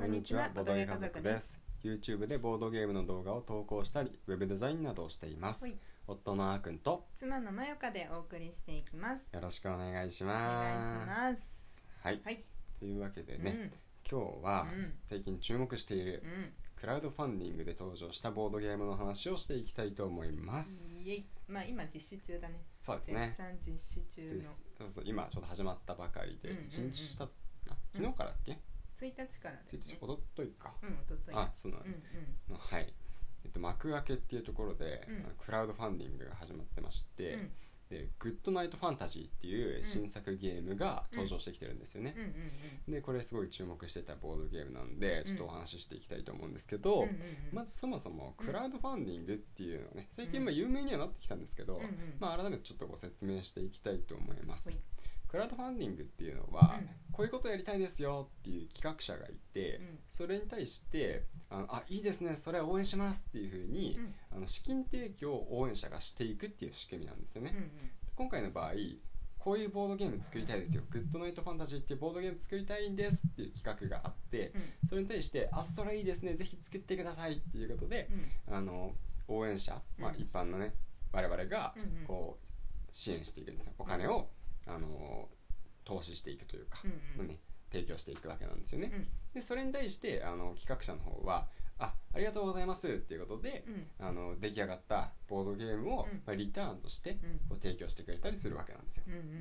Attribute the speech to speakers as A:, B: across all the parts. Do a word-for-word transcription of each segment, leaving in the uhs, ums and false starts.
A: こんにちは、ボードゲー家族です。 YouTube でボードゲームの動画を投稿したり、ウェブデザインなどをしています。夫のあーくんと
B: 妻のまよかでお送りしていきます。
A: よろしくお願いします。
B: お願いします。
A: はい、はい、というわけでね、うん、今日は最近注目しているクラウドファンディングで登場したボードゲームの話をしていきたいと思います。
B: イエイ、まあ今実施中だね。
A: そうですね、
B: 絶賛実施中の
A: そうそう、今ちょっと始まったばかりで、うんうんうん、いちにちしたあ昨日からだっけ、うん、
B: ついたちからだよね。
A: おとといか、
B: うん、おととい。
A: あ、そうなんです、うんうん、はい、えっと、幕開けっていうところで、うん、クラウドファンディングが始まってまして、うん、でグッドナイトファンタジーっていう新作ゲームが登場してきてるんですよね、うんうんうんうん、でこれすごい注目してたボードゲームなんでちょっとお話ししていきたいと思うんですけど、うんうんうん、まずそもそもクラウドファンディングっていうのはね、最近まあ有名にはなってきたんですけど、うんうん、まあ、改めてちょっとご説明していきたいと思います、うん、クラウドファンディングっていうのは、うん、こういうことやりたいですよっていう企画者がいて、うん、それに対してあのあいいですね、それは応援しますっていう風に、うん、あの資金提供を応援者がしていくっていう仕組みなんですよね、うんうん、今回の場合こういうボードゲーム作りたいですよ、グッドナイトファンタジーっていうボードゲーム作りたいんですっていう企画があって、うん、それに対してあそれいいですね、ぜひ作ってくださいっていうことで、うん、あの応援者、まあ、一般のね我々がこう支援していくんですよ。お金をあの投資していくというか、うんうんね、提供していくわけなんですよね、うん、でそれに対してあの企画者の方はあ、ありがとうございますっていうことで、うん、あの出来上がったボードゲームを、うん、まあ、リターンとしてこう提供してくれたりするわけなんですよ、うんうんうんうん、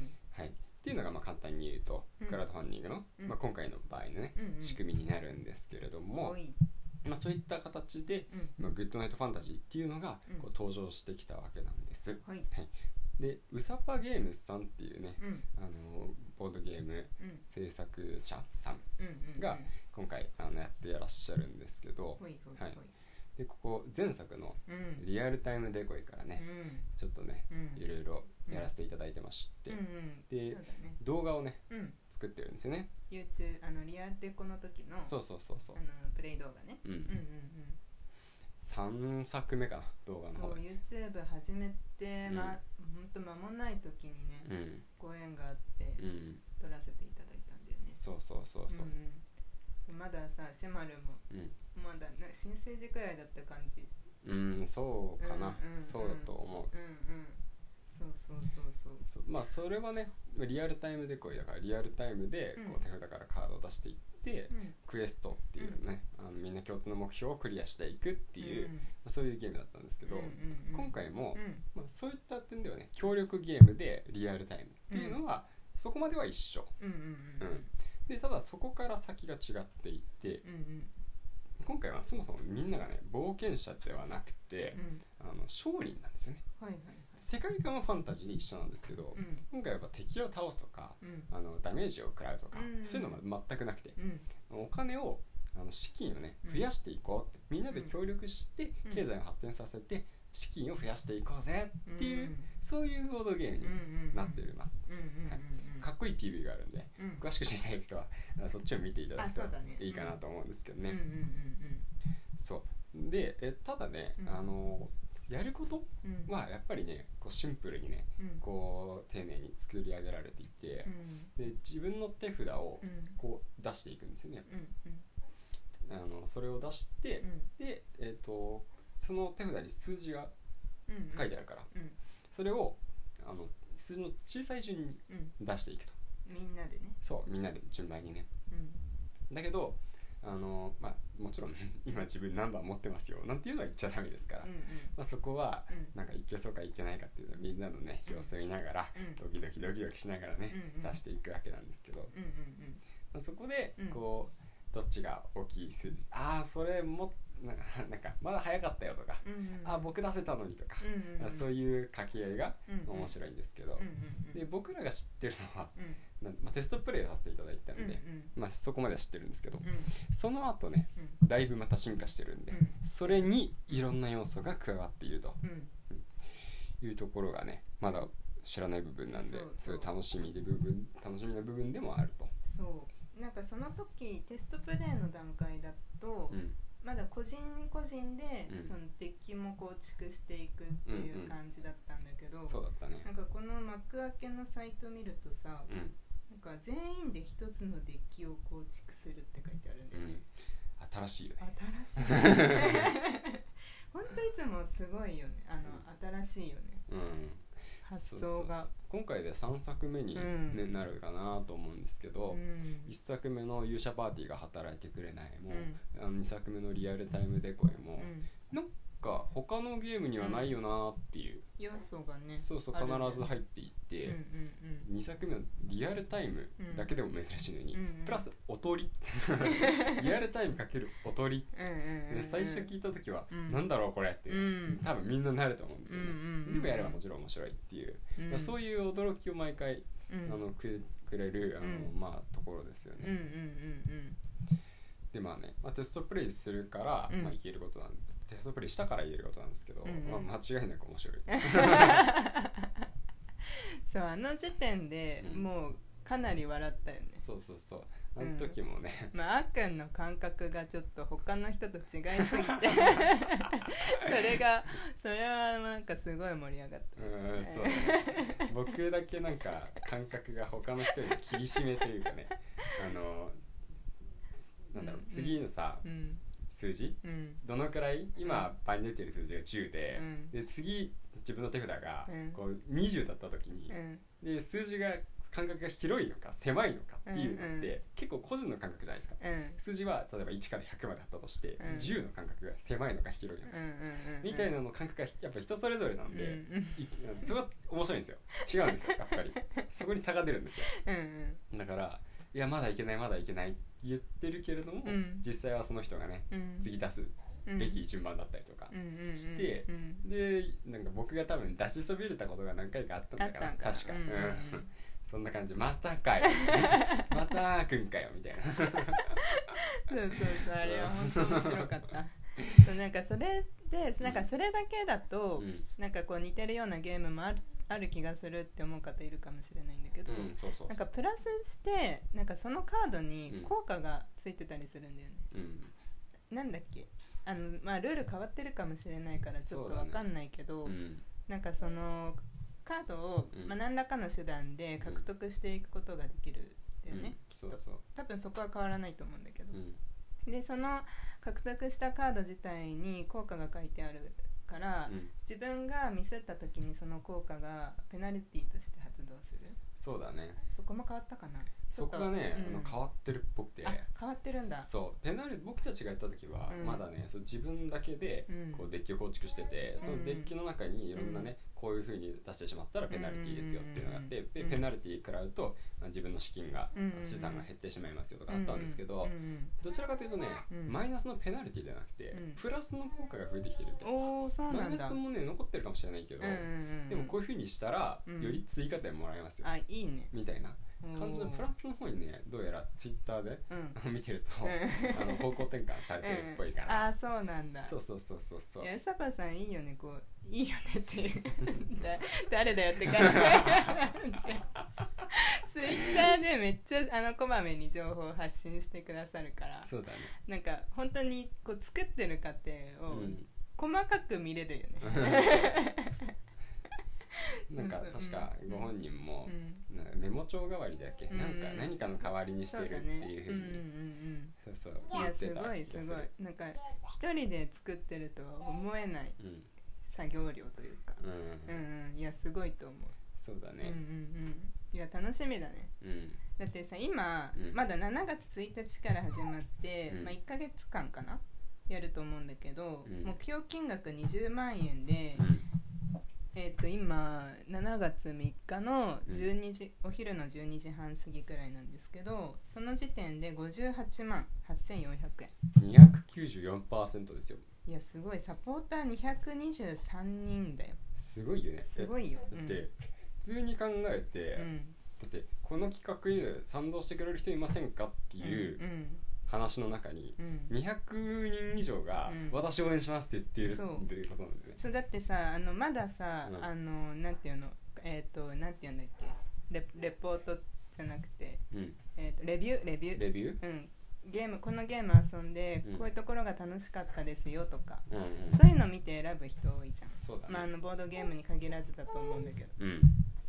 A: はい、っていうのがまあ簡単に言うと、うん、クラウドファンディングの、うんまあ、今回の場合のね、うんうん、仕組みになるんですけれども、まあ、そういった形で、うんまあ、グッドナイトファンタジーっていうのがこう登場してきたわけなんです、うんはいはい、でウサパゲームスさんっていうね、うん、あのボードゲーム制作者さんが今回あのやってらっしゃるんですけど、うんうんうんはい、でここ前作のリアルタイムデコイからね、うん、ちょっとね、うん、いろいろやらせていただいてまして、うんうん、で、ね、動画をね、うん、作ってるんですよね。
B: YouTube あのリアルデコの時の
A: そうそうそうそう、
B: あのプレイ動画ね、うんうんうんうん、
A: さんさくめかな、動画の方。
B: そう YouTube 始めて、うんま、ほんと間もない時にね、うん、ご縁があって、うん、撮らせていただいたんだよね。
A: そうそうそうそう、
B: うん、まださシェマルも、うん、まだ新生児くらいだった感じ。
A: うんそうかな、うんうんうん、そうだと思う、
B: うんうん、そうそうそうそう
A: そう、まあそれはねリアルタイムデコイだからリアルタイムでこう手札からカードを出していって、うん、クエストっていうね、うん、あのみんな共通の目標をクリアしていくっていう、うんまあ、そういうゲームだったんですけど、うんうんうん、今回も、うんまあ、そういった点ではね協力ゲームでリアルタイムっていうのは、うん、そこまでは一緒、うんうんうんうん、でただそこから先が違っていて、うんうん今回はそもそもみんながね冒険者ではなくて、うん、あの商人なんですよね、はいはいはい、世界観はファンタジーで一緒なんですけど、うん、今回は敵を倒すとか、うん、あのダメージを食らうとか、うん、そういうのは全くなくて、うん、お金をあの資金をね増やしていこうって、みんなで協力して経済を発展させて資金を増やしていこうぜっていう、うん、そういうボードゲームになっております、うんうんはい、かっこいい ピーブイ があるんで、うん、詳しく知りたい人はそっちを見ていただくといいかなと思うんですけどね。そうでえただね、うん、あのやることはやっぱりねこうシンプルにね、うん、こう丁寧に作り上げられていて、うん、で自分の手札をこう出していくんですよね、うん、あのそれを出して、で、えーとその手札に数字が書いてあるから、うんうん、それをあの数字の小さい順に出していくと、
B: うん、みんなでね、
A: そうみんなで順番にね、うん、だけどあの、まあ、もちろん今自分何番持ってますよなんていうのは言っちゃダメですから、うんうんまあ、そこはなんかいけそうかいけないかっていうのはみんなのね様子を見ながら、うん、ドキドキドキドキしながらね、うんうん、出していくわけなんですけど、うんうんうんまあ、そこでこうどっちが大きい数字、ああそれもなんかまだ早かったよとか、うんうん、あ僕出せたのにとか、うんうん、そういう掛け合いが面白いんですけど、うんうん、で僕らが知ってるのは、うんまあ、テストプレイをさせていただいたんで、うんうんまあ、そこまでは知ってるんですけど、うん、その後ね、うん、だいぶまた進化してるんで、うん、それにいろんな要素が加わっていると、うんうん、いうところがねまだ知らない部分なんで、そうそうそういう楽しみで部分楽しみな部分でもあると。
B: そうなんかその時テストプレイの段階だと、うんまだ個人個人でそのデッキも構築していくっていう感じだったんだけど、
A: うんうん、そうだったね。
B: なんかこの幕開けのサイト見るとさ、うん、なんか全員で一つのデッキを構築するって書いてあるんだよね、
A: うん、新しいよね
B: 新しい本当いつもすごいよねあの、うん、新しいよね、うん、発想がそうそうそう
A: 今回でさんさくめに、ねうん、なるかなと思うんですけど、うん、いっさくめの勇者パーティーが働いてくれないも、うん、あのにさくめのリアルタイムデコイも、うん、なんか他のゲームにはないよなっていう、
B: うん、要素がね
A: そうそう必ず入っていって、うんうんうん、にさくめのリアルタイムだけでも珍しいのに、うんうん、プラスおとりリアルタイムかけるおとり、うんうんうん、最初聞いた時は、うん、なんだろうこれっていう、うん、多分みんななると思うんですよね、うんうんうん、でもやればもちろん面白いっていう、うん、そういう驚きを毎回、うん、あの く, くれるあの、うんまあ、ところですよね、うんうんうんうん、でまあね、まあ、テストプレイするから、うんまあ、言えることなんでテストプレイしたから言えることなんですけど、うんうんまあ、間違いなく面白い
B: そうあの時点でもうかなり笑ったよね、
A: うん、そうそうそうあの時もね、
B: うん、まああっくんの感覚がちょっと他の人と違いすぎてそれがそれはなんかすごい盛り上がった、
A: うんそうね、僕だけなんか感覚が他の人より厳しめというかねあのなんだろう、うん、次のさ、うん、数字、うん、どのくらい今場に出てる数字がじゅうで、うん、で次自分の手札がこうにじゅうだった時に、うん、で数字が感覚が広いのか狭いのかっていうのって、うんうん、結構個人の感覚じゃないですか、うん、数字は例えばいちからひゃくまであったとして、うん、じゅうの感覚が狭いのか広いのか、うんうんうんうん、みたいなの感覚がやっぱり人それぞれなんで、うんうん、それは面白いんですよ違うんですよやっぱりそこに差が出るんですよ、うんうん、だからいやまだいけないまだいけないって言ってるけれども、うん、実際はその人がね、うん、次出すべき順番だったりとかして、うんうんうん、でなんか僕が多分出しそびれたことが何回かあったんだから確か、うんうんうん、そんな感じまたかよまたくんかよみたいなそうそう
B: そうあれは本当面白かったそうなんかそれでなんかそれだけだと、うん、なんかこう似てるようなゲームもあるある気がするって思う方いるかもしれないんだけど、うん、そうそうそうなんかプラスしてなんかそのカードに効果がついてたりするんだよね、うん、なんだっけあの、まあ、ルール変わってるかもしれないからちょっと分かんないけど、ねうん、なんかそのカードを、うんまあ、何らかの手段で獲得していくことができるんだよね、うん、そうそう多分そこは変わらないと思うんだけど、うん、でその獲得したカード自体に効果が書いてあるから、うん、自分がミスった時にその効果がペナルティとして発動する。
A: そうだね
B: そこも変わったかな。
A: そこがね、うん、あの変わってるっぽくて
B: 変わってるんだ。
A: そうペナル僕たちがやった時は、うん、まだねそう自分だけでこうデッキを構築してて、うん、そのデッキの中にいろんなね、うん、こういう風に出してしまったらペナルティーですよっていうのがあって、うん、でペナルティー食らうと自分の資金が、うん、資産が減ってしまいますよとかあったんですけど、うん、どちらかというとね、うん、マイナスのペナルティーではなくて、うん、プラスの効果が増えてきてるって。おー、そうなんだ。マイナスもね残ってるかもしれないけど、うんうんうん、でもこういう風にしたら、うん、より追加点もらえますよ、
B: あ、いいね
A: みたいな感じのプラスの方にねどうやらツイッターで、うん、見てると、うん、あの方向転換されてるっぽいから、
B: うん、あそうなんだ。
A: そうそうそうそうそう。
B: いやサバさんいいよね、こういいよねっていう誰だよって感じツイッターでめっちゃあのこまめに情報を発信してくださるから、
A: そうだね、
B: なんか本当にこう作ってる過程を細かく見れるよね、
A: うんなんか確かご本人も、うん、なんかメモ帳代わりだっけ、うん、なんか何かの代わりにしてるっていうふうに、そうそう
B: 言ってた。いやすごいすごい、なんか一人で作ってるとは思えない作業量というか、うんうんうん、いやすごいと思う。
A: そうだね、うんうんうん、
B: いや楽しみだね、うん、だってさ今、うん、まだしちがつついたちから始まって、うんまあ、いっかげつかんかなやると思うんだけど、うん、目標金額にじゅうまんえんで、うんえー、と今しちがつみっかのじゅうにじ、うん、お昼のじゅうにじはん過ぎくらいなんですけど、その時点でごじゅうはちまんはっせんよんひゃくえん、
A: にひゃくきゅうじゅうよんパーセント ですよ。
B: いやすごい、サポーターにひゃくにじゅうさんにんだよ。
A: すごいよね。
B: すごいよ。
A: だって、うん、普通に考えて、うん、だってこの企画に賛同してくれる人いませんかっていう、うんうん話の中ににひゃくにん以上が私応援しますって言っているっていうことなんでね。
B: そうだってさ、あのまださ、うん、あのなんていうの、えっ、ー、となんていうんだっけ、レ、レポートじゃなくて、うん、えっ、ー、とレビューレビュー
A: レビュー、
B: うん、ゲームこのゲーム遊んで、うん、こういうところが楽しかったですよとか、うんうん、そういうの見て選ぶ人多いじゃん。
A: そうだね。
B: まああのボードゲームに限らずだと思うんだけど、うん、そ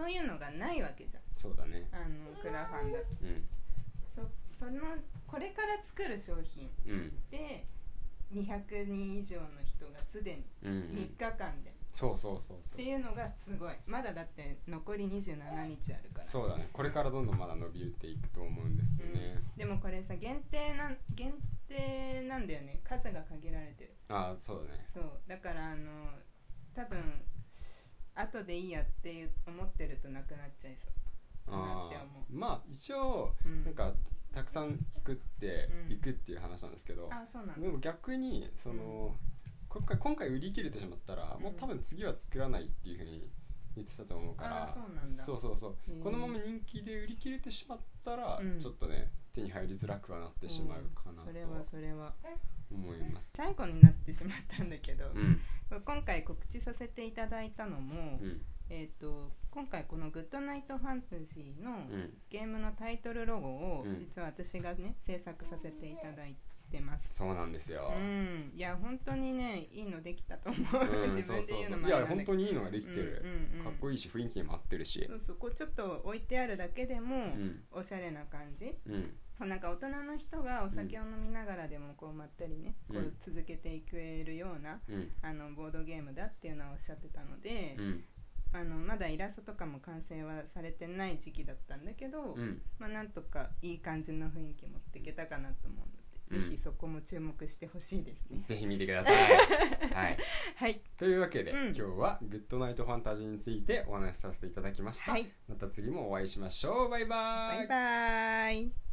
B: そういうのがないわけじゃん。
A: そうだね。
B: あのクラファンだと、
A: うん、
B: そ, そのこれから作る商品でにひゃくにん以上の人がすでにみっかかんで、
A: そうそうそうそう
B: っていうのがすごい。まだだって残りにじゅうななにちあるから。
A: そうだね。これからどんどんまだ伸びていくと思うんですよね、
B: うん、でもこれさ限定な限定なんだよね。数が限られてる。
A: ああそうだね。
B: そうだからあの多分後でいいやって思ってるとなくなっちゃいそうかなって思う。
A: まあ一応、うん、なんかたくさん作っていくっていう話なんですけど、うん、
B: あそうなんだ。
A: でも逆にその、うん今回、今回売り切れてしまったら、うん、もう多分次は作らないっていう風に言ってたと思うから、
B: あそうなんだ。
A: そうそうそう、このまま人気で売り切れてしまったら、うん、ちょっとね手に入りづらくはなってしまうかなと、
B: うん、それはそれは
A: 思います。
B: 最後になってしまったんだけど、うん、今回告知させていただいたのも、うん、えーと、今回このグッドナイトファンタジーのゲームのタイトルロゴを、うん、実は私がね制作させていただいてます。
A: そうなんですよ、
B: うん、いや本当にねいいのできたと思う、うん、自分で言うのもあれ
A: なんだけど、いや本当にいいのができてる、うんうんうん、かっこいいし雰囲気にも合ってるし、
B: そうそう、こうちょっと置いてあるだけでも、うん、おしゃれな感じ、うん、なんか大人の人がお酒を飲みながらでもこうまったりね、うん、こう続けていけるような、うん、あのボードゲームだっていうのはおっしゃってたので、うん、あのまだイラストとかも完成はされてない時期だったんだけど、うん、まあ、なんとかいい感じの雰囲気持っていけたかなと思うので、ぜひそこも注目してほしいですね。
A: ぜひ見てください。はい、はい、というわけで、うん、今日はグッドナイトファンタジーについてお話しさせていただきました。はい、また次もお会いしましょう。バイバイ。
B: バイバイ。